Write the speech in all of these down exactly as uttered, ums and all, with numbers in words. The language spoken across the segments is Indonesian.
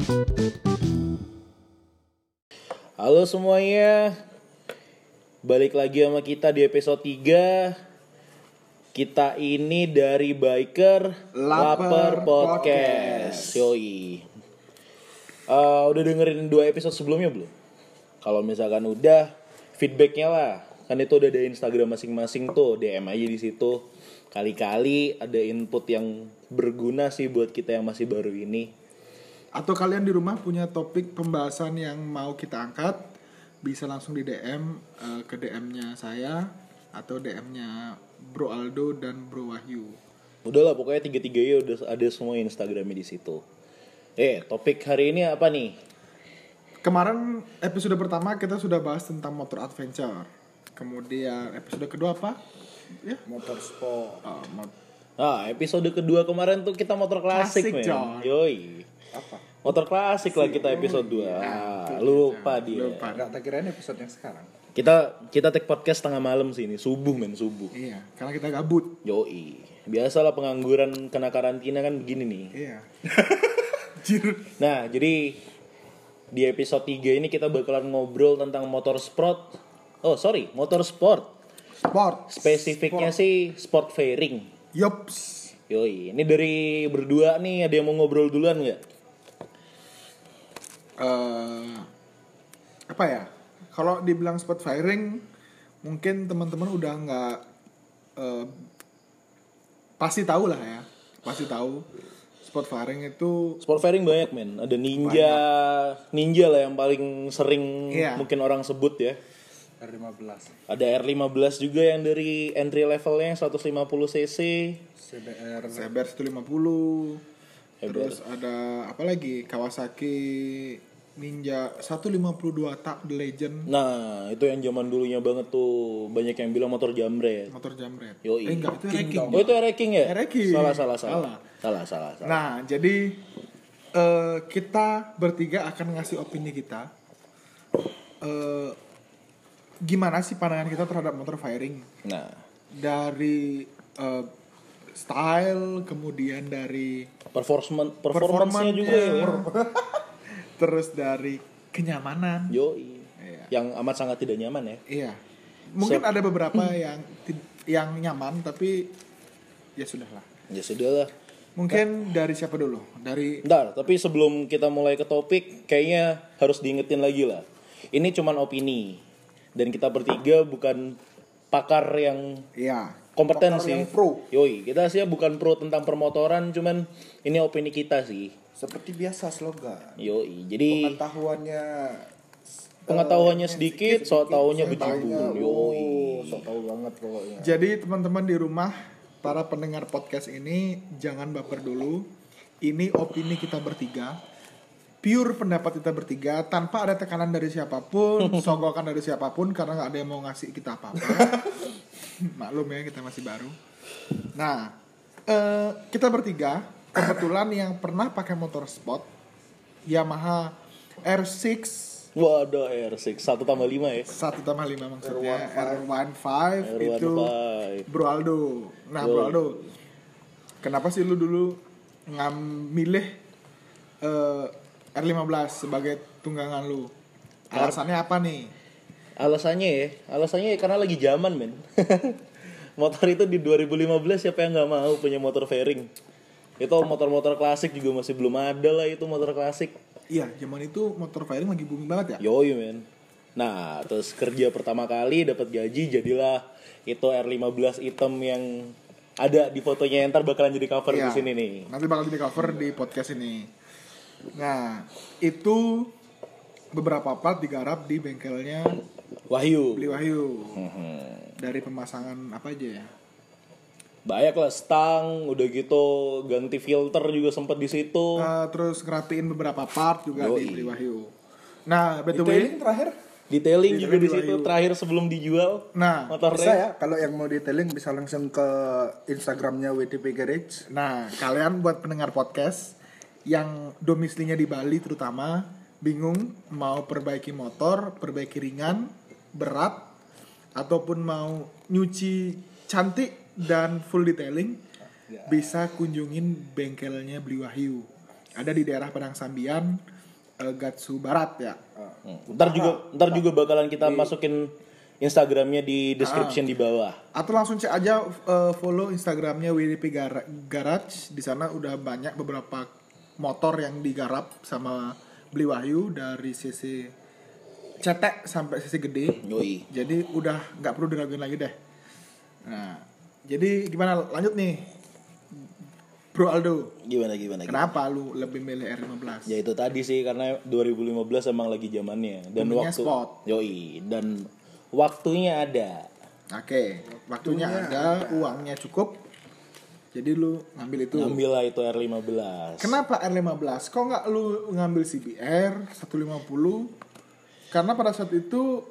Halo semuanya, balik lagi sama kita di episode tiga. Kita ini dari Biker Lapar Podcast. Yoi. Uh, udah dengerin dua episode sebelumnya belum? Kalau misalkan udah, feedbacknya lah. Kan itu udah ada Instagram masing-masing tuh, D M aja di situ. Kali-kali ada input yang berguna sih buat kita yang masih baru ini. Atau kalian di rumah punya topik pembahasan yang mau kita angkat, bisa langsung di D M uh, ke D M-nya saya atau D M-nya Bro Aldo dan Bro Wahyu. Udahlah, pokoknya tiga-tiganya udah ada semua Instagramnya di situ. Eh, topik hari ini apa nih? Kemarin episode pertama kita sudah bahas tentang motor adventure. Kemudian episode kedua apa? Ya, motor sport. Uh, mot- Ah, episode kedua kemarin tuh kita motor klasik, Klasik, men. John. Yoi. Apa? Motor klasik lah kita episode dua. Ah, lupa dia. Lupa. Enggak, tak kirain episode yang sekarang. Kita kita take podcast tengah malam sih ini, subuh men, subuh. Iya, karena kita gabut. Yoi. Biasalah pengangguran kena karantina kan begini nih. Iya. Jir. Nah, jadi di episode tiga ini kita bakalan ngobrol tentang motor sport. Oh, sorry, motor sport. Sport. Spesifiknya Sport. sih sport fairing. Yops. Yoi, ini dari berdua nih, ada yang mau ngobrol duluan nggak? Uh, apa ya? Kalau dibilang sport firing, mungkin teman-teman udah nggak uh, pasti tahu lah ya, pasti tahu sport firing itu. Sport fairing banyak men, ada ninja, banyak. Ninja lah yang paling sering Iya. mungkin orang sebut ya. R lima belas. Ada R lima belas juga yang dari entry levelnya seratus lima puluh cc. C B R. C B R seratus lima puluh. Hebat. Terus ada apa lagi? Kawasaki Ninja seratus lima puluh dua tak The Legend. Nah, itu yang zaman dulunya banget tuh. Banyak yang bilang motor jamret. Motor jamret. Yoi. Eh enggak, itu King Wrecking. Oh, itu Wrecking ya? Wrecking. Salah, salah, salah. Salah. Salah, salah, salah. Nah, jadi eh, kita bertiga akan ngasih opini kita. Eh, gimana sih pandangan kita terhadap motor firing? Nah, Dari eh, style, kemudian dari performance performance-nya juga ya. terus dari kenyamanan. Yoi. Iya. Yang amat sangat tidak nyaman ya. Iya. Mungkin So- ada beberapa yang ti- yang nyaman tapi ya sudahlah. Ya sudahlah. Mungkin dari siapa dulu? Dari Bentar, tapi sebelum kita mulai ke topik, kayaknya harus diingetin lagi lah. Ini cuman opini. Dan kita bertiga bukan pakar yang ya, kompeten Pakar sih. yang pro. Yoi, kita sih bukan pro tentang permotoran, cuman ini opini kita sih. Seperti biasa slogan. Yoi, jadi Pengetahuannya pengetahuannya eh, sedikit, so taunya so taunya, bejibun. Yoi. oh, so tau banget pokoknya. jadi teman-teman di rumah, para pendengar podcast ini jangan baper dulu. Ini opini kita bertiga. Pure pendapat kita bertiga tanpa ada tekanan dari siapapun, sogokan dari siapapun karena nggak ada yang mau ngasih kita apa-apa. Maklum ya, kita masih baru. Nah, eh, kita bertiga kebetulan yang pernah pakai motor sport Yamaha R enam Waduh, R enam, satu tambah lima ya. satu tambah lima maksudnya R R lima itu R lima. Bro Aldo. Nah, Bro Aldo, kenapa sih lu dulu ngamilih eh, R lima belas sebagai tunggangan lu? Alasannya apa nih? Alasannya ya, alasannya ya karena lagi zaman men. Motor itu di dua ribu lima belas siapa yang nggak mau punya motor fairing? Itu motor-motor klasik juga masih belum ada lah itu motor klasik. Iya, zaman itu motor firing lagi booming banget ya. Yoi men. Nah, terus kerja pertama kali dapat gaji jadilah itu R lima belas hitam yang ada di fotonya, ntar bakalan jadi cover Iya, di sini nih. nanti bakal jadi cover di podcast ini. Nah, itu beberapa part digarap di bengkelnya Wahyu. Beli Wahyu. Mhm. Dari pemasangan apa aja ya? Banyak lah stang, udah gitu ganti filter juga sempat di situ. Uh, terus ngerapiin beberapa part juga Yoi. di Beli Wahyu. Nah, betul Detailing terakhir Detailing Detailing juga di di situ Wahyu. terakhir sebelum dijual. Nah, motornya. bisa ya, kalau yang mau detailing bisa langsung ke Instagramnya W D P Garage. Nah, kalian buat pendengar podcast yang domisilinya di Bali terutama bingung mau perbaiki motor, perbaiki ringan, berat, ataupun mau nyuci cantik dan full detailing, Ya. bisa kunjungin bengkelnya Beli Wahyu. Ada di daerah Padang Sambian, uh, Gatsu Barat ya. Hmm. Ntar juga ntar juga bakalan kita masukin Instagramnya di description di bawah. Atau langsung cek aja uh, follow Instagramnya W D P Gar- Garage. Di sana udah banyak beberapa motor yang digarap sama Beli Wahyu dari sisi cetek sampai sisi gede. Yoi. Jadi udah nggak perlu diraguin lagi deh. Nah, jadi gimana lanjut nih, Bro Aldo? Gimana gimana? Kenapa lu lebih milih R lima belas? Ya itu tadi sih karena dua ribu lima belas emang lagi zamannya dan Boomingnya waktu. sport. Yoi, dan waktunya ada. Oke, waktunya ada, uangnya cukup. Jadi lu ngambil itu. Ngambil lah itu R lima belas. Kenapa R lima belas? Kok nggak lu ngambil C B R seratus lima puluh? Karena pada saat itu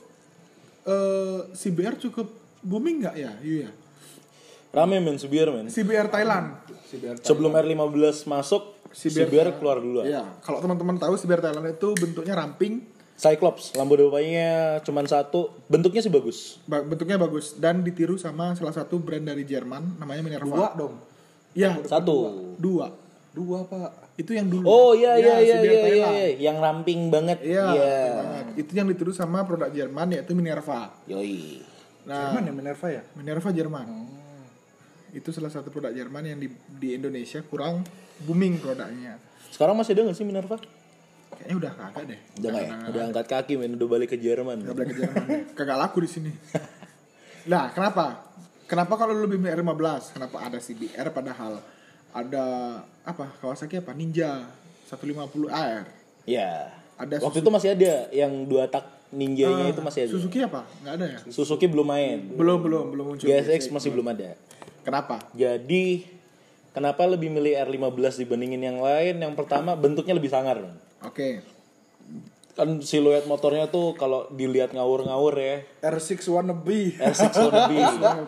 uh, C B R cukup booming nggak ya? Iya. Rame men, C B R men. C B R Thailand. C B R Sebelum R lima belas masuk, C B R, C B R keluar dulu. Iya. Kalau teman-teman tahu C B R Thailand itu bentuknya ramping, Cyclops, lampu depannya cuma satu, bentuknya sih bagus. ba- bentuknya bagus dan ditiru sama salah satu brand dari Jerman namanya Minerva. Dua dong. Iya, Satu. dua. Dua, Pak. Itu yang dulu. Oh iya Ya, iya iya C B R iya Thailand. iya, yang ramping banget. Iya, Iya. ramping banget. Itu yang ditiru sama produk Jerman yaitu Minerva. Yoi. Nah, Jerman ya Minerva ya? Minerva Jerman. Itu salah satu produk Jerman yang di, di Indonesia kurang booming produknya. Sekarang masih ada nggak sih Minerva? Kayaknya udah kagak deh. Udah nggak ya? Udah angkat kaki men, udah balik ke Jerman. Udah balik ke Jerman. Kagak laku di sini. Nah, kenapa? Kenapa kalau lu lebih milih R lima belas? Kenapa ada C B R padahal ada apa? Kawasaki apa? Ninja seratus lima puluh A R. Ya. Ada Waktu Suzuki. itu masih ada yang dua tak ninjanya Ah, itu masih ada. Suzuki apa? Nggak ada ya? Suzuki belum main. Belum, belum, belum muncul. G S X masih belum ada. Kenapa? Jadi kenapa lebih milih R lima belas dibandingin yang lain? Yang pertama bentuknya lebih sangar. Men. Oke. Kan siluet motornya tuh kalau dilihat ngawur-ngawur ya. R enam wannabe. R enam wannabe.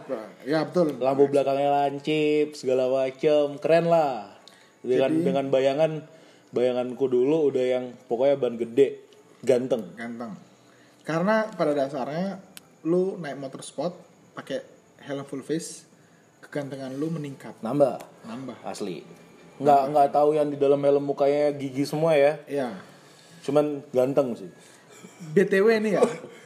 Ya, betul. Lampu belakangnya lancip, segala macem, keren lah. Dengan Jadi- dengan bayangan bayanganku dulu udah yang pokoknya ban gede, ganteng. Ganteng. Karena pada dasarnya lu naik motor sport pakai helm full face, kegantengan lu meningkat, Nambah, nambah. asli. Nggak nggak tahu yang di dalam helm mukanya gigi semua ya. Iya. Cuman ganteng sih. B T W nih ya.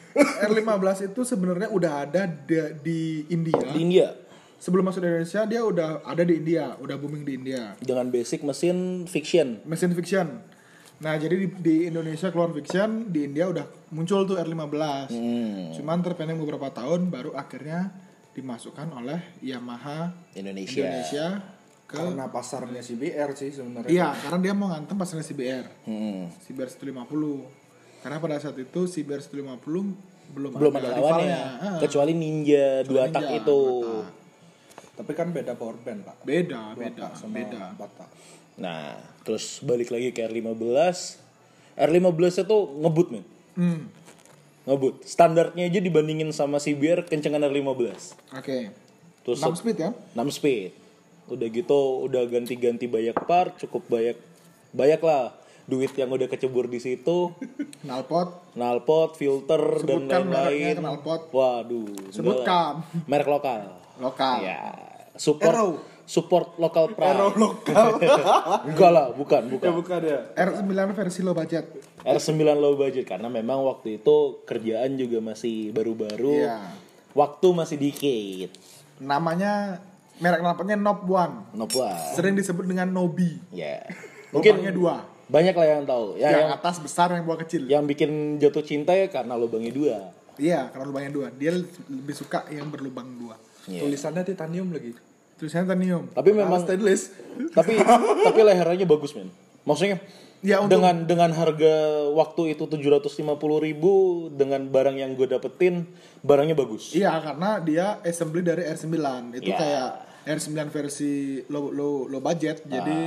R lima belas itu sebenarnya udah ada di, di India. Di India Sebelum masuk Indonesia dia udah ada di India, udah booming di India. dengan basic mesin fiction. Mesin fiction. Nah, jadi di, di Indonesia keluar fiction, di India udah muncul tuh R lima belas. Hmm, Cuman terpending beberapa tahun baru akhirnya dimasukkan oleh Yamaha Indonesia. Indonesia ke Karena pasarnya C B R sih sebenarnya. iya, karena dia mau ngantem pasarnya C B R. Hmm. C B R seratus lima puluh. Karena pada saat itu C B R seratus lima puluh belum, Belum ada lawannya, rivalnya. Ah, kecuali Ninja dua Ninja, tak itu. dua tak. Tapi kan beda power band, Pak. Beda, Dua beda, tak sama beda. empat tak. Nah, terus balik lagi ke R lima belas. R lima belas itu ngebut men. Hmm. Ngebut. Standarnya aja dibandingin sama C B R kencengan R lima belas. Oke. Terus enam speed ya? enam speed. Udah gitu udah ganti-ganti banyak part, cukup banyak banyak lah duit yang udah kecebur di situ. Knalpot. Knalpot, filter dan Sebutkan mereknya lain-lain. knalpot. Waduh. enggak Sebutkan. lah. Merek lokal. Lokal. Ya. Support Arrow. support lokal pride. Aero lokal. Enggak lah, bukan, bukan. Ya bukan ya. R sembilan versi low budget. R sembilan low budget karena memang waktu itu kerjaan juga masih baru-baru. Iya. Waktu masih dikit. Namanya merek knalpotnya Nob One. Nopwa. Sering disebut dengan Nobi. Ya. Lubangnya Mungkin dua. banyak lah yang tahu. Ya, yang yang, atas besar, yang bawah kecil. yang bikin jatuh cinta ya karena lubangnya dua. Iya, karena lubangnya dua. Dia lebih suka yang berlubang dua. Iya. Tulisannya titanium lagi. Tulisannya titanium. Tapi memang stainless. tapi tapi leherannya bagus men. Maksudnya Ya, untuk- dengan dengan harga waktu itu tujuh ratus lima puluh ribu dengan barang yang gue dapetin barangnya bagus. Iya, karena dia assembly dari R sembilan. Itu Ya. kayak R sembilan versi low low low budget. Jadi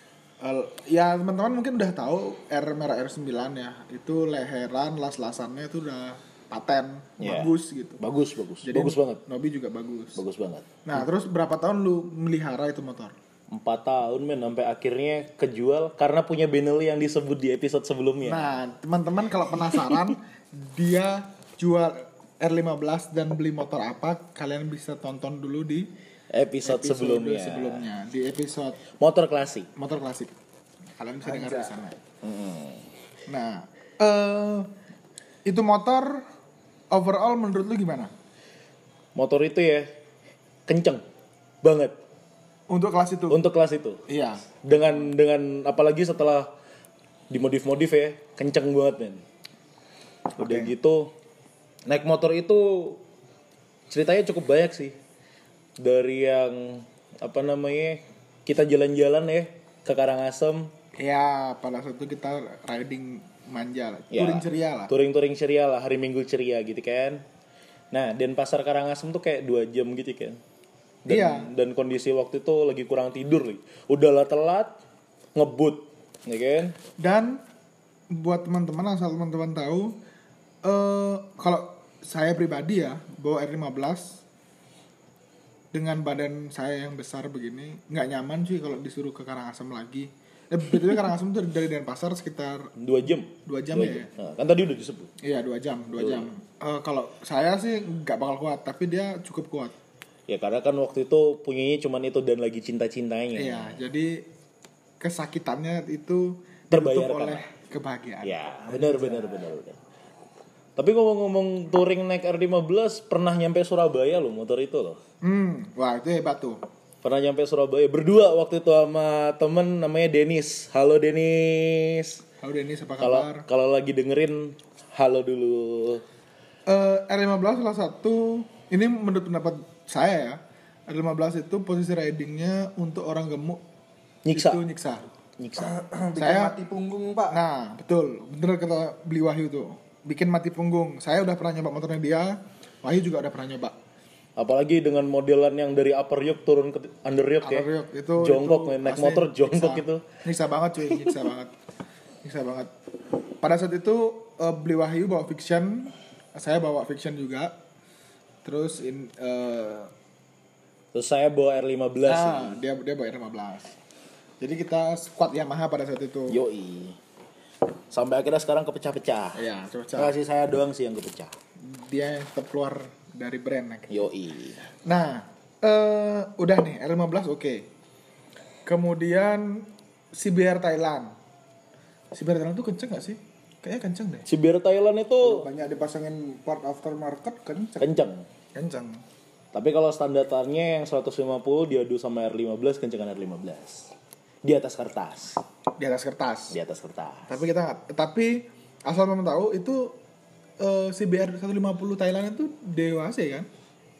eh, ya teman-teman mungkin udah tahu R merah R sembilan ya. Itu leheran, las-lasannya itu udah paten, Ya. bagus gitu. Bagus bagus. Jadi bagus banget. Nobi juga bagus. Bagus banget. Nah, terus berapa tahun lu melihara itu motor? Empat tahun men sampai akhirnya kejual karena punya Benelli yang disebut di episode sebelumnya. Nah, teman-teman kalau penasaran dia jual R lima belas dan beli motor apa, kalian bisa tonton dulu di episode, episode sebelumnya. sebelumnya. Di episode Motor klasik. motor klasik. Kalian bisa dengar di sana. Hmm. Nah, eh itu motor overall menurut lu gimana? Motor itu ya kenceng banget Untuk kelas itu? untuk kelas itu. Iya. Dengan dengan apalagi setelah dimodif-modif ya, kenceng banget men. Udah Oke. gitu naik motor itu ceritanya cukup banyak sih. Dari yang apa namanya? Kita jalan-jalan ya ke Karangasem. Ya, pada saat itu kita riding manja lah, Ya, touring ceria lah. Touring-touring ceria lah, hari Minggu ceria gitu kan. Nah, Denpasar Karangasem tuh kayak dua jam gitu kan. Dan, Iya. dan kondisi waktu itu lagi kurang tidur nih. Udahlah telat, ngebut, ya kan? Dan buat teman-teman, asal teman-teman tahu, eh kalau saya pribadi ya bawa R lima belas dengan badan saya yang besar begini nggak nyaman sih kalau disuruh ke Karangasem lagi. Eh, betulnya Karangasem itu dari Denpasar sekitar Dua jam. dua jam Dua ya. Nah, kan tadi udah disebut. Iya dua jam, dua jam. Eh, kalau saya sih nggak bakal kuat, tapi dia cukup kuat. Ya karena kan waktu itu punyanya cuman itu dan lagi cinta-cintanya. Iya, jadi kesakitannya itu Terbayarkan. ditutup oleh kebahagiaan. Ya, benar benar benar benar. Tapi ngomong-ngomong touring naik R lima belas pernah nyampe Surabaya loh motor itu loh. Hmm, wah itu hebat tuh. Pernah nyampe Surabaya berdua waktu itu sama temen namanya Denis. Halo Denis. Halo Denis, apa Kalau kabar? kalau lagi dengerin halo dulu. Eh, R lima belas salah satu, ini menurut pendapat saya ya, R lima belas itu posisi ridingnya untuk orang gemuk Nyiksa. itu nyiksa. Nyiksa. Bikin Saya- mati punggung pak. Nah betul, bener kata beli Wahyu tuh, bikin mati punggung. Saya udah pernah nyoba motornya dia, Wahyu juga udah pernah nyoba. Apalagi dengan modelan yang dari upper yoke turun ke under yoke ya. Upper yoke, itu Jongkok itu men, naik pasti motor jongkok nyiksa. itu. Nyiksa banget cuy, nyiksa banget, nyiksa banget. Pada saat itu eh, beli Wahyu bawa Fiction, saya bawa Fiction juga. Terus in, eh, Terus saya bawa R lima belas Nah, nih. dia dia bayar lima belas. Jadi kita squad Yamaha pada saat itu. Yoi. Sampai akhirnya sekarang kepecah-pecah. Iya, cocok. Nggak sih saya doang sih yang kepecah. Dia yang tetap keluar dari brand. Nek. Yoi. Nah, eh udah nih R lima belas oke. Kemudian C B R Thailand. C B R Thailand tuh kenceng gak sih? Kayaknya kenceng deh. Si Bear Thailand itu Banyak dipasangin part aftermarket kenceng. kenceng. Kenceng. Tapi kalau standarnya yang seratus lima puluh diadu sama R lima belas kencengan R lima belas. Di atas kertas. Di atas kertas. Di atas kertas. Tapi kita nggak. Tapi asal teman tahu itu eh, C B R seratus lima puluh Thailand itu D W C kan?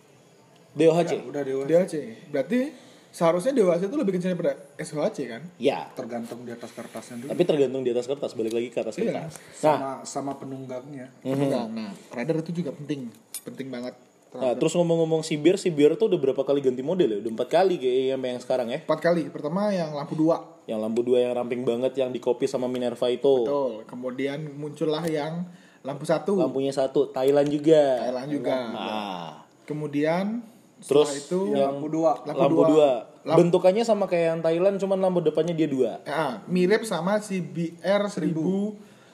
D O H C. Udah dewasa. D W C. Berarti seharusnya D W C itu lebih kenceng daripada S H C kan? Ya. Tergantung di atas kertasnya dulu. Tapi tergantung di atas kertas, balik lagi ke atas Iya. kertas. Nah, Sama sama penunggangnya. Nah, nah, rider itu juga penting, penting banget. nah, terus ngomong-ngomong si Bear, si Bear tuh udah berapa kali ganti model ya? Udah empat kali kayaknya sampai yang sekarang ya. Empat kali. Pertama yang lampu dua, Yang lampu dua yang ramping banget yang di copy sama Minerva itu. betul. Kemudian muncullah yang lampu satu, Lampunya satu, Thailand juga. Thailand juga. Nah, Kemudian terus setelah itu yang Lampu dua. lampu lampu, dua. dua. Lamp- Bentukannya sama kayak yang Thailand, cuman lampu depannya dia dua. ya, mirip sama si B R seribu,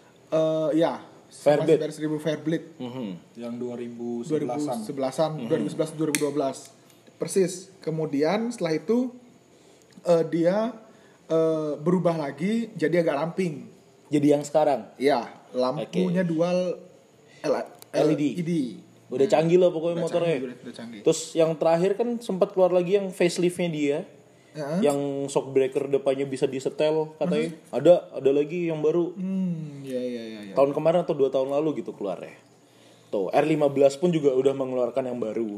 eh ya, sama si Fairblade. B R seribu Fairblade Mhm. Yang dua ribu dua ribu sebelasan. sebelasan, dua ribu sebelas dua ribu dua belas. Persis. Kemudian setelah itu eh, dia eh, berubah lagi jadi agak ramping. Jadi yang sekarang Ya, lampunya dual L- L E D. L E D. udah canggih lah pokoknya Udah motornya. canggih, udah, udah canggih. Terus yang terakhir kan sempat keluar lagi yang faceliftnya dia, Ya. yang shock breaker depannya bisa disetel katanya. Ada, ada lagi yang baru Hmm, ya ya ya ya. tahun kemarin atau dua tahun lalu gitu keluar ya. Tuh R lima belas pun juga udah mengeluarkan yang baru.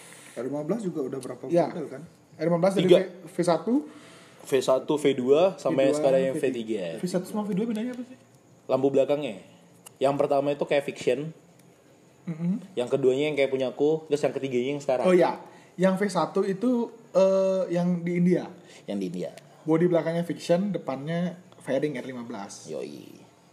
R lima belas juga udah berapa Ya. model kan? R lima belas dari Tiga. V- V1, V satu, V dua, sama yang V dua, sekarang yang V V tiga. V satu sama V dua bedanya apa sih? Lampu belakangnya. Yang pertama itu kayak Fiction, Mm-mm. yang keduanya yang kayak punya aku, terus yang ketiganya yang sekarang. Oh ya, yang V satu itu eh, yang di India. Yang di India. Bodi belakangnya Fiction, depannya fairing R lima belas. Yoi.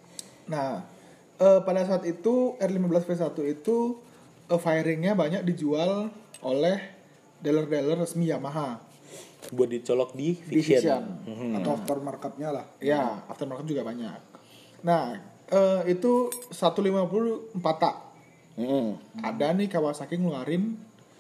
Nah, eh, pada saat itu R lima belas V satu itu eh, fairingnya banyak dijual oleh dealer-dealer resmi Yamaha. Buat dicolok di Di Fiction. Fiction. Mhm. Atau aftermarketnya lah. Ya, aftermarket juga banyak. Nah, eh, itu seratus lima puluh empat tak. Mhm. Ada nih Kawasaki ngeluarin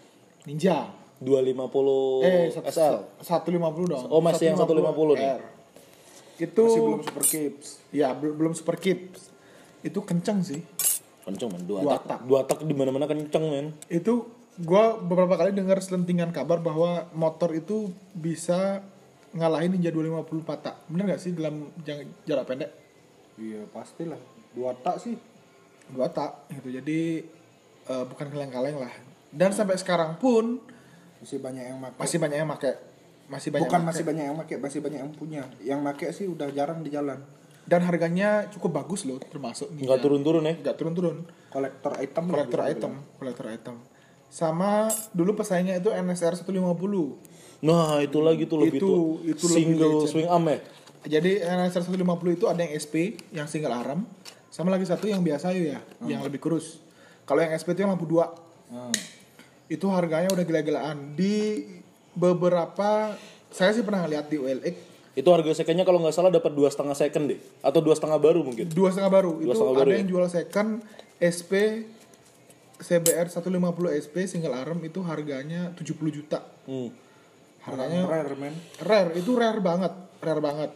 Ninja. dua ratus lima puluh Eh, S L. seratus lima puluh dong. Oh, masih yang seratus lima puluh nih. R. Itu Masih belum super kips. Ya, belum belum super kips. Itu kenceng sih. Kenceng men, dua, Dua tak. tak. Dua tak di mana-mana kenceng men. Itu gua beberapa kali dengar selentingan kabar bahwa motor itu bisa ngalahin Ninja dua lima nol empat tak. Bener gak sih dalam jang- jarak pendek? Iya pastilah. Dua tak sih. Dua tak gitu. Jadi uh, bukan kaleng-kaleng lah. Dan sampai sekarang pun Masih banyak yang pakai. masih banyak yang pakai. Masih banyak Bukan yang masih pakai. banyak yang pakai, masih banyak yang punya. Yang pakai sih udah jarang di jalan. Dan harganya cukup bagus loh, termasuk Ninja. Enggak turun-turun ya. Nggak turun-turun. Kolektor item. lah Kolektor bisa item, bilang. kolektor item. Sama dulu pesaingnya itu N S R seratus lima puluh. Nah, itu lagi tuh lebih Itu- tuh itu lebih single legend. swing arm ya. Jadi N S R seratus lima puluh itu ada yang S P, yang single arm, sama lagi satu yang biasa ya, hmm. yang lebih kurus. Kalau yang S P itu yang lampu dua. Hmm. Itu harganya udah gila-gilaan. Di beberapa, saya sih pernah lihat di O L X, Itu harga secondnya kalau nggak salah dapat dua setengah second deh, atau dua setengah baru mungkin. dua setengah baru. Dua Itu setengah ada baru yang ya? jual second S P C B R seratus lima puluh S P single arm itu harganya tujuh puluh juta. Hmm. Harganya rare men. rare, itu rare banget, rare banget.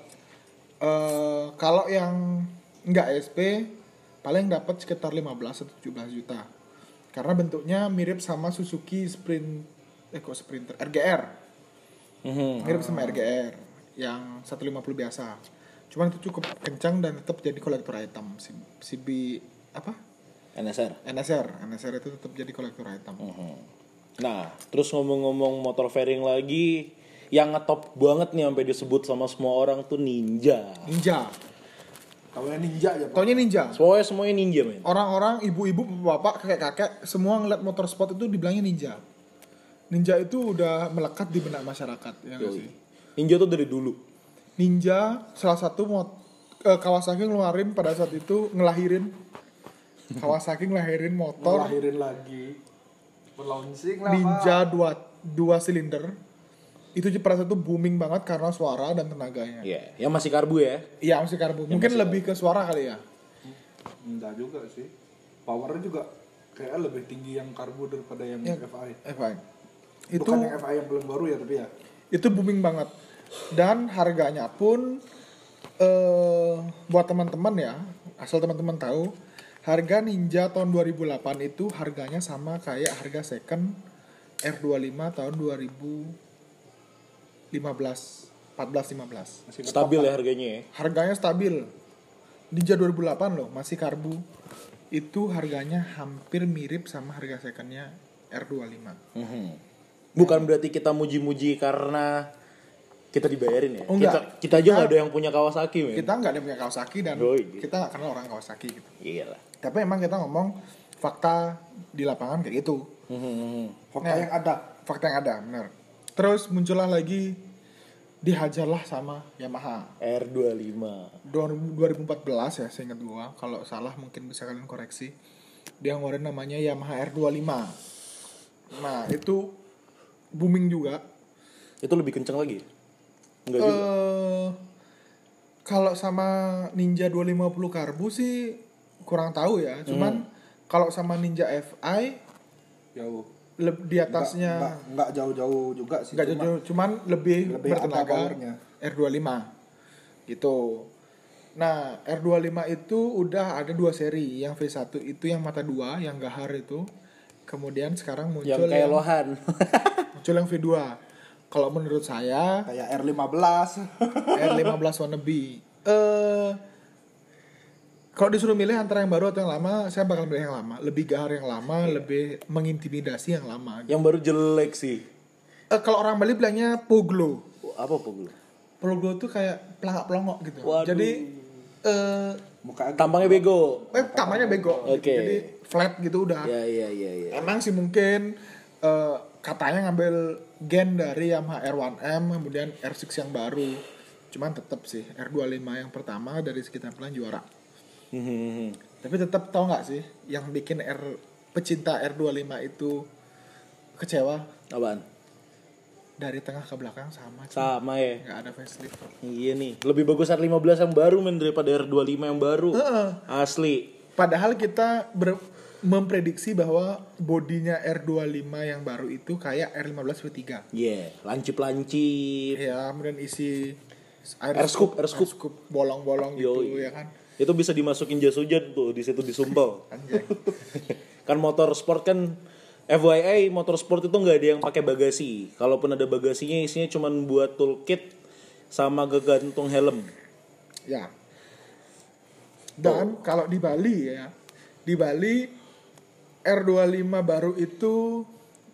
Eh kalau yang nggak S P paling dapat sekitar lima belas atau tujuh belas juta. Karena bentuknya mirip sama Suzuki Sprint eh kok Sprinter R G R. Mhm. Mirip sama R G R yang seratus lima puluh biasa. Cuman itu cukup kencang dan tetap jadi kolektor item. Si, si B apa? N S R. N S R. N S R itu tetap jadi kolektor item. Mhm. Nah, terus ngomong-ngomong motor fairing lagi, yang ngetop banget nih sampai disebut sama semua orang tuh Ninja. Ninja. Taunya ninja aja. Pak. Taunya Ninja. Semuanya semuanya Ninja men. Orang-orang, ibu-ibu, bapak, kakek-kakek, semua ngeliat motor sport itu dibilangnya ninja. Ninja itu udah melekat di benak masyarakat, ya nggak sih? Ninja tuh dari dulu. Ninja salah satu mot eh, Kawasaki ngeluarin pada saat itu ngelahirin Kawasaki ngelahirin motor Lahirin lagi. Launching lah. Ninja Pak. dua dua silinder. Itu pada saat itu booming banget karena suara dan tenaganya. Iya, yang masih karbu ya. Iya masih karbu. Mungkin lebih ke suara kali ya. Enggak juga sih. Powernya juga kayak lebih tinggi yang karbu daripada yang Ya. F I. F I. Itu Bukan yang F I yang belum baru ya tapi ya. itu booming banget. Dan harganya pun eh buat teman-teman ya, asal teman-teman tahu, harga Ninja tahun dua ribu delapan itu harganya sama kayak harga second R dua puluh lima tahun dua ribu lima belas, empat belas lima belas. Masih Stabil ya harganya ya. Harganya stabil. Ninja dua ribu delapan loh, masih karbu. Itu harganya hampir mirip sama harga secondnya R dua puluh lima. Mhm. Bukan berarti kita muji-muji karena kita dibayarin ya. Oh, kita enggak. kita aja Kita- nggak ada yang punya Kawasaki men. Kita nggak ada punya Kawasaki dan Oh, iya. kita nggak kenal orang Kawasaki gitu. Iya lah. Tapi emang kita ngomong fakta di lapangan kayak gitu. Mhm. Fakta Nah. yang ada. Fakta yang ada, benar. Terus muncullah lagi, dihajarlah sama Yamaha. R dua puluh lima. dua ribu empat belas ya, seingat gua. Kalau salah mungkin bisa kalian koreksi. Dia ngeluarin namanya Yamaha R dua puluh lima. Nah, itu booming juga. Itu lebih kenceng lagi. Enggak juga. Eh kalau sama Ninja dua lima nol karbu sih kurang tahu ya. Cuman kalau sama Ninja F I Jauh. leb- di atasnya Enggak, enggak jauh-jauh juga sih. nggak cuma jauh, cuman lebih, lebih ada bertenaga powernya. R dua puluh lima gitu. Nah, R dua puluh lima itu udah ada dua seri. Yang V satu itu yang mata dua, yang gahar itu. Kemudian sekarang muncul Yang kayak yang, lohan. muncul yang V dua. Kalau menurut saya kayak R lima belas. R lima belas wannabe. Eh kalau disuruh milih antara yang baru atau yang lama, saya bakal milih yang lama. Lebih gahar yang lama, lebih mengintimidasi yang lama. Yang baru jelek sih. Eh, kalau orang Bali bilangnya poglo. Apa poglo? Poglo tuh kayak pelangak-pelongok gitu. Waduh. Jadi eh Muka Tampangnya bego. eh tampaknya bego. gitu. Oke. Jadi flat gitu udah. Ya iya iya iya. Emang sih mungkin eh, katanya ngambil gen dari Yamaha R satu M kemudian R enam yang baru. Cuman tetap sih R dua puluh lima yang pertama dari segi tampilan juara. Mhm. Tapi tetap tau nggak sih yang bikin R pecinta R dua puluh lima itu kecewa? Apaan? Dari tengah ke belakang sama. cuy. Sama ya. Nggak ada facelift. Iya nih, lebih bagus R lima belas yang baru men daripada R dua puluh lima yang baru. Heeh. Asli. Padahal kita ber- memprediksi bahwa bodinya R dua puluh lima yang baru itu kayak R lima belas V tiga. Iya, yeah, lancip-lancip. Ya, kemudian isi Air scoop, air scoop. bolong-bolong gitu Yoi. ya kan. Itu bisa dimasukin jas hujan tuh, di situ disumpel. Anjay. Kan motor sport kan F Y I motor sport itu nggak ada yang pakai bagasi. Kalaupun ada bagasinya isinya cuma buat toolkit sama gegantung helm. Ya. Dan kalau di Bali ya, di Bali R dua puluh lima baru itu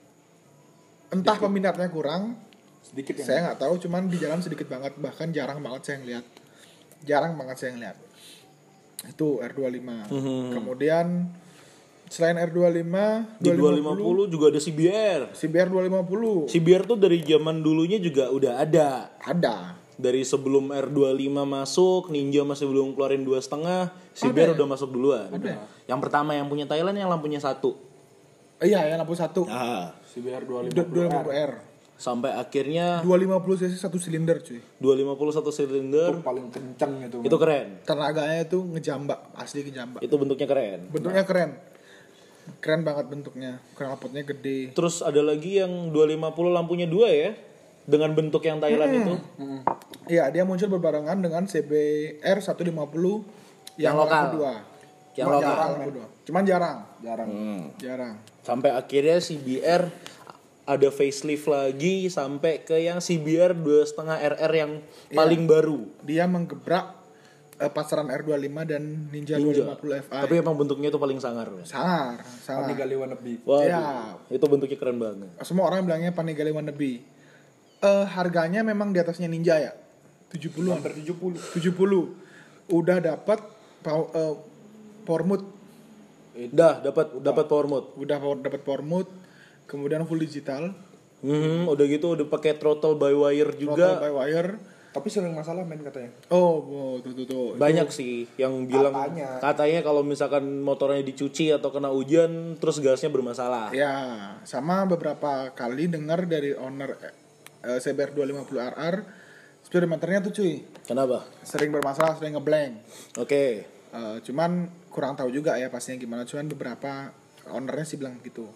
entah peminatnya kurang, Sedikit yang saya nggak tahu, cuman di jalan sedikit banget, bahkan jarang banget saya ngeliat, jarang banget saya ngeliat. Itu R dua puluh lima. Mhm. Kemudian selain R dua puluh lima, Di dua lima nol juga ada C B R. C B R dua lima nol C B R tuh dari zaman dulunya juga udah ada. ada. Dari sebelum R dua puluh lima masuk, Ninja masih belum keluarin dua setengah, C B R Ada ya? udah masuk duluan. Ada. Yang pertama yang punya Thailand yang lampunya satu. Eh, iya ya, lampu satu. Ah, C B R dua dua lima lima puluh R. sampai akhirnya dua lima nol cc satu silinder cuy. dua lima nol satu itu silinder. paling kencang itu. Itu keren. Tenaganya itu ngejambak, asli ngejambak. Itu bentuknya keren. Bentuknya keren. Keren banget bentuknya. Knalpotnya gede. Terus ada lagi yang dua lima nol lampunya dua ya, dengan bentuk yang Thailand itu. Hmm. Iya, dia muncul berbarengan dengan C B R seratus lima puluh yang, Yang lokal. lampu dua. Yang Cuma lokal. jarang lampu dua. Cuman jarang. Jarang. Hmm. Jarang. Sampai akhirnya C B R ada facelift lagi sampai ke yang C B R dua setengah R R yang paling baru. Dia menggebrak eh, pasaran R dua puluh lima dan Ninja, Ninja. dua lima nol F I. Tapi emang bentuknya itu paling sangar. sangar, sangar. Panigale wannabe. Waduh, Ya. itu bentuknya keren banget. Semua orang bilangnya Panigale wannabe. Eh harganya memang di atasnya Ninja ya. tujuh puluh Hampir tujuh puluh. tujuh puluh. Udah dapat pow- eh, power mode. Dah dapat dapat power mode. Udah power- dapat power mode. Kemudian full digital. Hmm, udah gitu udah pakai throttle by wire Throttle juga. by wire. Tapi sering masalah men katanya. Oh, oh tuh tuh tuh. Banyak sih yang bilang Katanya. katanya kalau misalkan motornya dicuci atau kena hujan terus gasnya bermasalah. Ya, sama beberapa kali dengar dari owner eh, C B R dua lima nol R R, speedometernya tuh cuy Kenapa? sering bermasalah, sering ngeblank. Oke. Eh, cuman kurang tahu juga ya pastinya gimana. Cuman beberapa ownernya sih bilang gitu.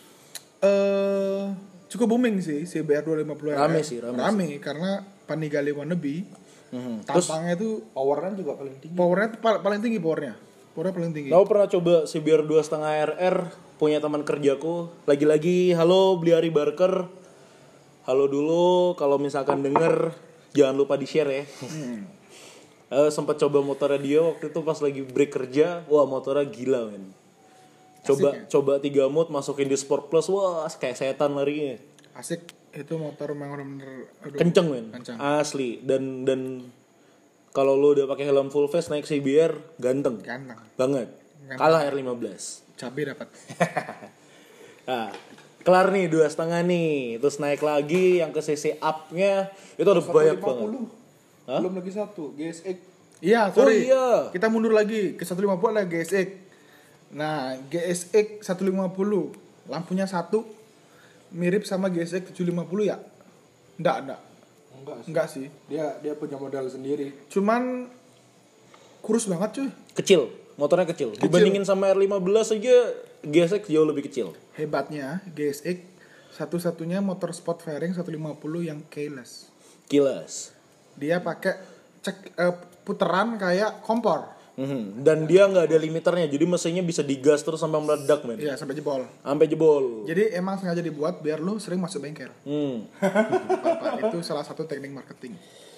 Eh cukup booming sih C B R dua lima nol R R. Rame sih, rame karena Panigale wannabe. Mhm. Terus Tampangnya tuh Powernya juga paling tinggi. powernya tuh pal- paling tinggi powernya. Powernya paling tinggi. Aku pernah coba C B R dua setengah R R punya teman kerjaku. Lagi-lagi halo Bliari Barker. Halo dulu kalau misalkan denger jangan lupa di-share ya. Hmm. Eh, sempat coba motornya dia waktu itu pas lagi break kerja. Wah, motornya gila men. Coba Asik ya? coba tiga mode masukin di Sport Plus. Wah, kayak setan larinya. Asik, itu motor memang bener-bener aduh, Kenceng men. kenceng. Asli dan dan kalau lu udah pakai helm full face naik C B R ganteng. Ganteng. Banget. Ganteng. Kalah R lima belas. Cabai dapat. Nah, kelar nih dua setengah nih, terus naik lagi yang ke C C up-nya itu ada banyak banget. Hah? Belum lagi satu, G S X. Iya, sorry. Oh, iya. Kita mundur lagi ke seratus lima puluh ada G S X. Nah, G S X seratus lima puluh lampunya satu mirip sama G S X tujuh lima puluh ya? Enggak, enggak. Enggak sih. Enggak sih. Dia dia punya modal sendiri. Cuman kurus banget cuy. Kecil, motornya kecil. Kecil. Dibandingin sama R lima belas aja G S X jauh lebih kecil. Hebatnya G S X satu-satunya motor sport fairing seratus lima puluh yang keyless. Kilas. Dia pakai cek eh, puteran kayak kompor. Mhm. Dan dia nggak ada limiternya, jadi mesinnya bisa digas terus sampai meledak men. Iya, sampai jebol. Sampai jebol. Jadi emang sengaja dibuat biar lu sering masuk bengkel. Hmm. Apa, itu salah satu teknik marketing.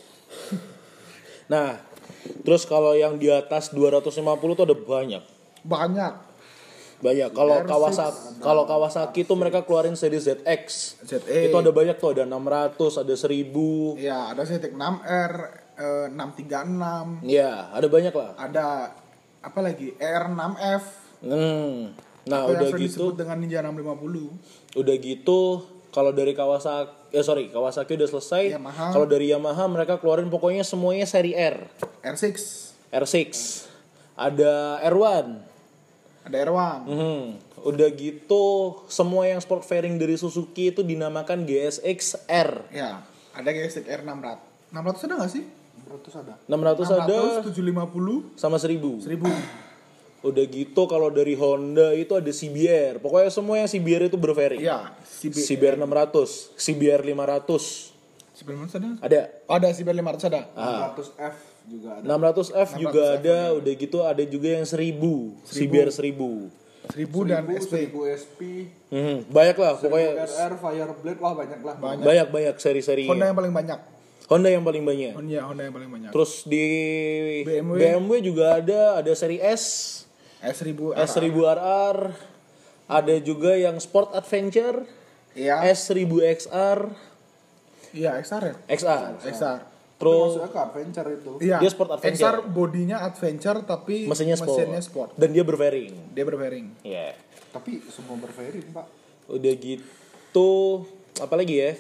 Nah, terus kalau yang di atas dua ratus lima puluh tuh ada banyak. Banyak. Banyak. Kalau R six Kawasaki, kalau Kawasaki itu mereka keluarin seri Z X. Z E. Itu ada banyak tuh, ada enam ratus, ada seribu. Ya, ada Z X enam R, eh, enam tiga enam, Ya, ada banyak lah. ada apa lagi? E R enam F. Hmm. Nah, atau udah yang sering gitu, disebut dengan Ninja enam lima puluh. udah gitu kalau dari Kawasaki, eh sorry, Kawasaki udah selesai. Yamaha. Kalau dari Yamaha mereka keluarin pokoknya semuanya seri R. R enam, R enam. Ada R satu. ada R satu. Mhm. Udah gitu semua yang sport fairing dari Suzuki itu dinamakan G S X R. Ya, ada G S X R enam ratus. enam ratus ada nggak sih? Terus ada. enam ratus ada tujuh lima puluh, sama seribu. seribu. Udah gitu kalau dari Honda itu ada C B R. Pokoknya semua yang C B R itu berfairing. Iya, C B R. C B R enam ratus, C B R lima ratus. C C B R lima ratus ada? Ada. Oh, ada C B R lima ratus ada. enam ratus F juga ada. enam ratus F juga enam ratus F ada, udah gitu ada juga yang seribu, C B R seribu. seribu dan S P. seribu S P, Hmm, banyak lah pokoknya. R R, Fireblade, wah banyak lah. Banyak. Banyak banyak seri-seri. Honda yang paling banyak. Honda yang paling banyak. Honda, Honda yang paling banyak. Terus di B M W. B M W juga ada, ada seri S, S seribu S seribu R R, ada juga yang Sport Adventure, Iya. S seribu X R, Iya, X R ya? X R. X R. Terus Maksudnya ke adventure itu. Iya. Dia sport adventure. X R bodinya adventure tapi mesinnya sport. mesinnya sport. Dan dia berfairing. Dia berfairing. Iya. Tapi semua berfairing, Pak. Udah gitu, apalagi ya?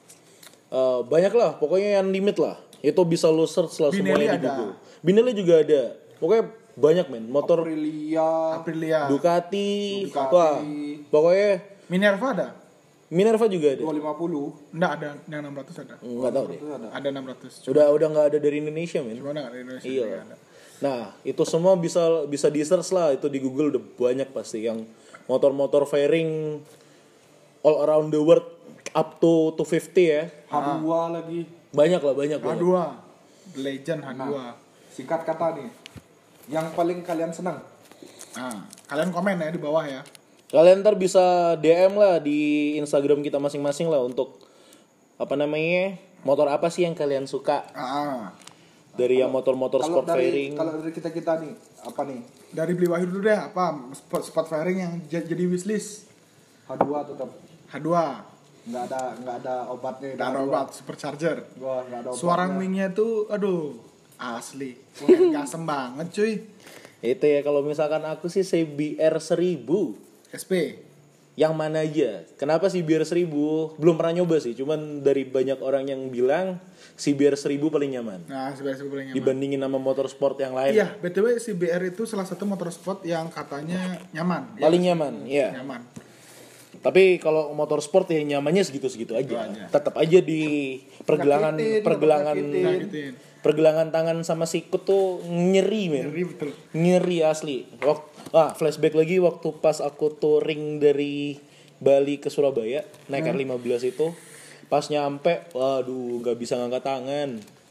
Eh, banyak lah, pokoknya yang limit lah. Itu bisa lo search lah Binelli semuanya di ada. Google. Binelli juga ada. Pokoknya banyak men. Motor Aprilia, Aprilia. Ducati, Ducati. wah, pokoknya Minerva ada? Minerva juga ada. dua ratus lima puluh. Enggak ada, yang enam ratus ada. Nggak tahu deh. Itu ada. Ada enam ratus. Udah udah nggak ada dari Indonesia men. Cuma enggak ada di Indonesia. Iya. juga ada. Nah, itu semua bisa bisa di search lah, itu di Google udah banyak pasti yang motor-motor fairing all around the world up to two fifty ya. H dua lagi. Banyak lah, banyak H banyak. dua. Legend H dua. Nah, singkat kata nih. Yang paling kalian senang? Nah, kalian komen ya di bawah ya. Kalian ntar bisa D M lah di Instagram kita masing-masing lah untuk apa namanya, motor apa sih yang kalian suka Ah, dari yang motor-motor Kalau sport dari fairing. kalau dari kita-kita nih, apa nih? dari beli Wahyu dulu deh, apa sport, sport fairing yang j- jadi wishlist. H dua tetap H dua. nggak ada nggak ada obatnya. Dan obat supercharger. Gua nggak ada obatnya. Suara wingnya tuh, aduh, asli. Wah, gasem banget cuy. Itu ya, kalau misalkan aku sih C B R seribu. S P. Yang mana aja? Kenapa C B R seribu? Belum pernah nyoba sih, cuman dari banyak orang yang bilang C B R seribu paling nyaman Nah, C B R paling nyaman. dibandingin sama motor sport yang lain. Iya, B T W C B R itu salah satu motor sport yang katanya nyaman. Paling Ya, nyaman, iya. nyaman. Tapi kalau motor sport ya nyamannya segitu-segitu aja. aja. Tetap aja di pergelangan Nyakitin, pergelangan nyakitin. Nyakitin. pergelangan tangan sama sikut tuh nyeri men. Ngeri betul. Nyeri asli. Waktu ah flashback lagi waktu pas aku touring dari Bali ke Surabaya naik R lima belas itu, pas nyampe waduh nggak bisa ngangkat tangan.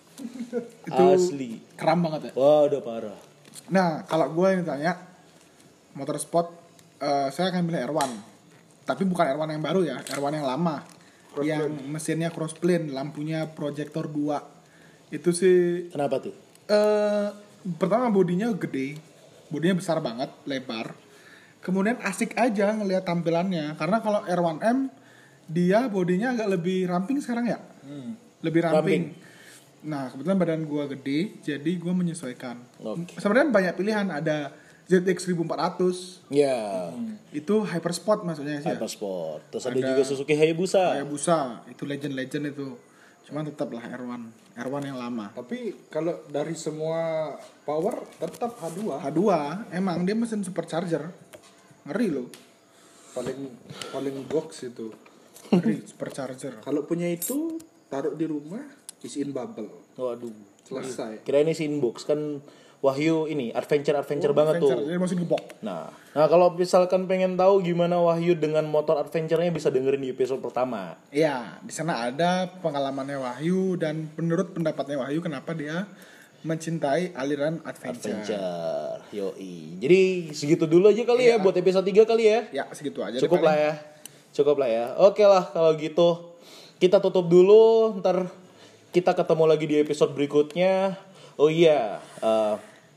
Itu Asli. kram banget ya. Wah, udah parah. Nah, kalau gue yang tanya motor sport, eh, saya akan pilih R satu. Tapi bukan R satu yang baru ya, R satu yang lama. Yang mesinnya crossplane, lampunya proyektor dua. Itu sih Kenapa tuh? eh pertama bodinya gede, bodinya besar banget, lebar. Kemudian asik aja ngelihat tampilannya. Karena kalau R satu M dia bodinya agak lebih ramping sekarang ya. Lebih ramping. Nah, kebetulan badan gua gede, jadi gua menyesuaikan. Oke. Sebenarnya banyak pilihan, ada Z X seribu empat ratus. Ya, Itu hypersport maksudnya sih ya. Hypersport. Terus ada, Ada- juga Suzuki Hayabusa. Hayabusa, itu legend-legend itu. Cuman tetaplah R satu. R satu yang lama. Tapi kalau dari semua power tetap H dua H dua emang dia mesin supercharger. Ngeri loh. paling paling goks itu. Ngeri supercharger. Kalau punya itu taruh di rumah, isiin bubble. Waduh. Selesai. Kira ini si inbox kan Wahyu ini adventure-adventure banget Adventure, tuh. Jadi mesin gebok. Nah, nah kalau misalkan pengen tahu gimana Wahyu dengan motor adventure-nya bisa dengerin di episode pertama. Iya, di sana ada pengalamannya Wahyu dan menurut pendapatnya Wahyu kenapa dia mencintai aliran adventure. Adventure, yoi. Jadi segitu dulu aja kali ya buat episode tiga kali ya. Ya, segitu aja. Cukup deh lah paling. ya. Cukup lah ya. Oke lah kalau gitu. Kita tutup dulu, ntar kita ketemu lagi di episode berikutnya. Oh iya, eh,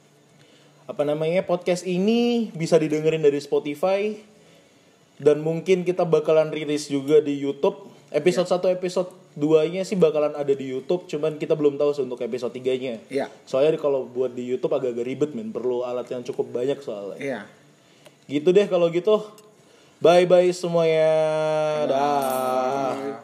apa namanya, podcast ini bisa didengerin dari Spotify dan mungkin kita bakalan rilis juga di YouTube. Episode satu, episode dua-nya sih bakalan ada di YouTube, cuman kita belum tahu sih untuk episode tiga-nya. Iya. Soalnya kalau buat di YouTube agak-agak ribet men, perlu alat yang cukup banyak soalnya. Iya. Gitu deh kalau gitu. Bye bye semuanya. Dah.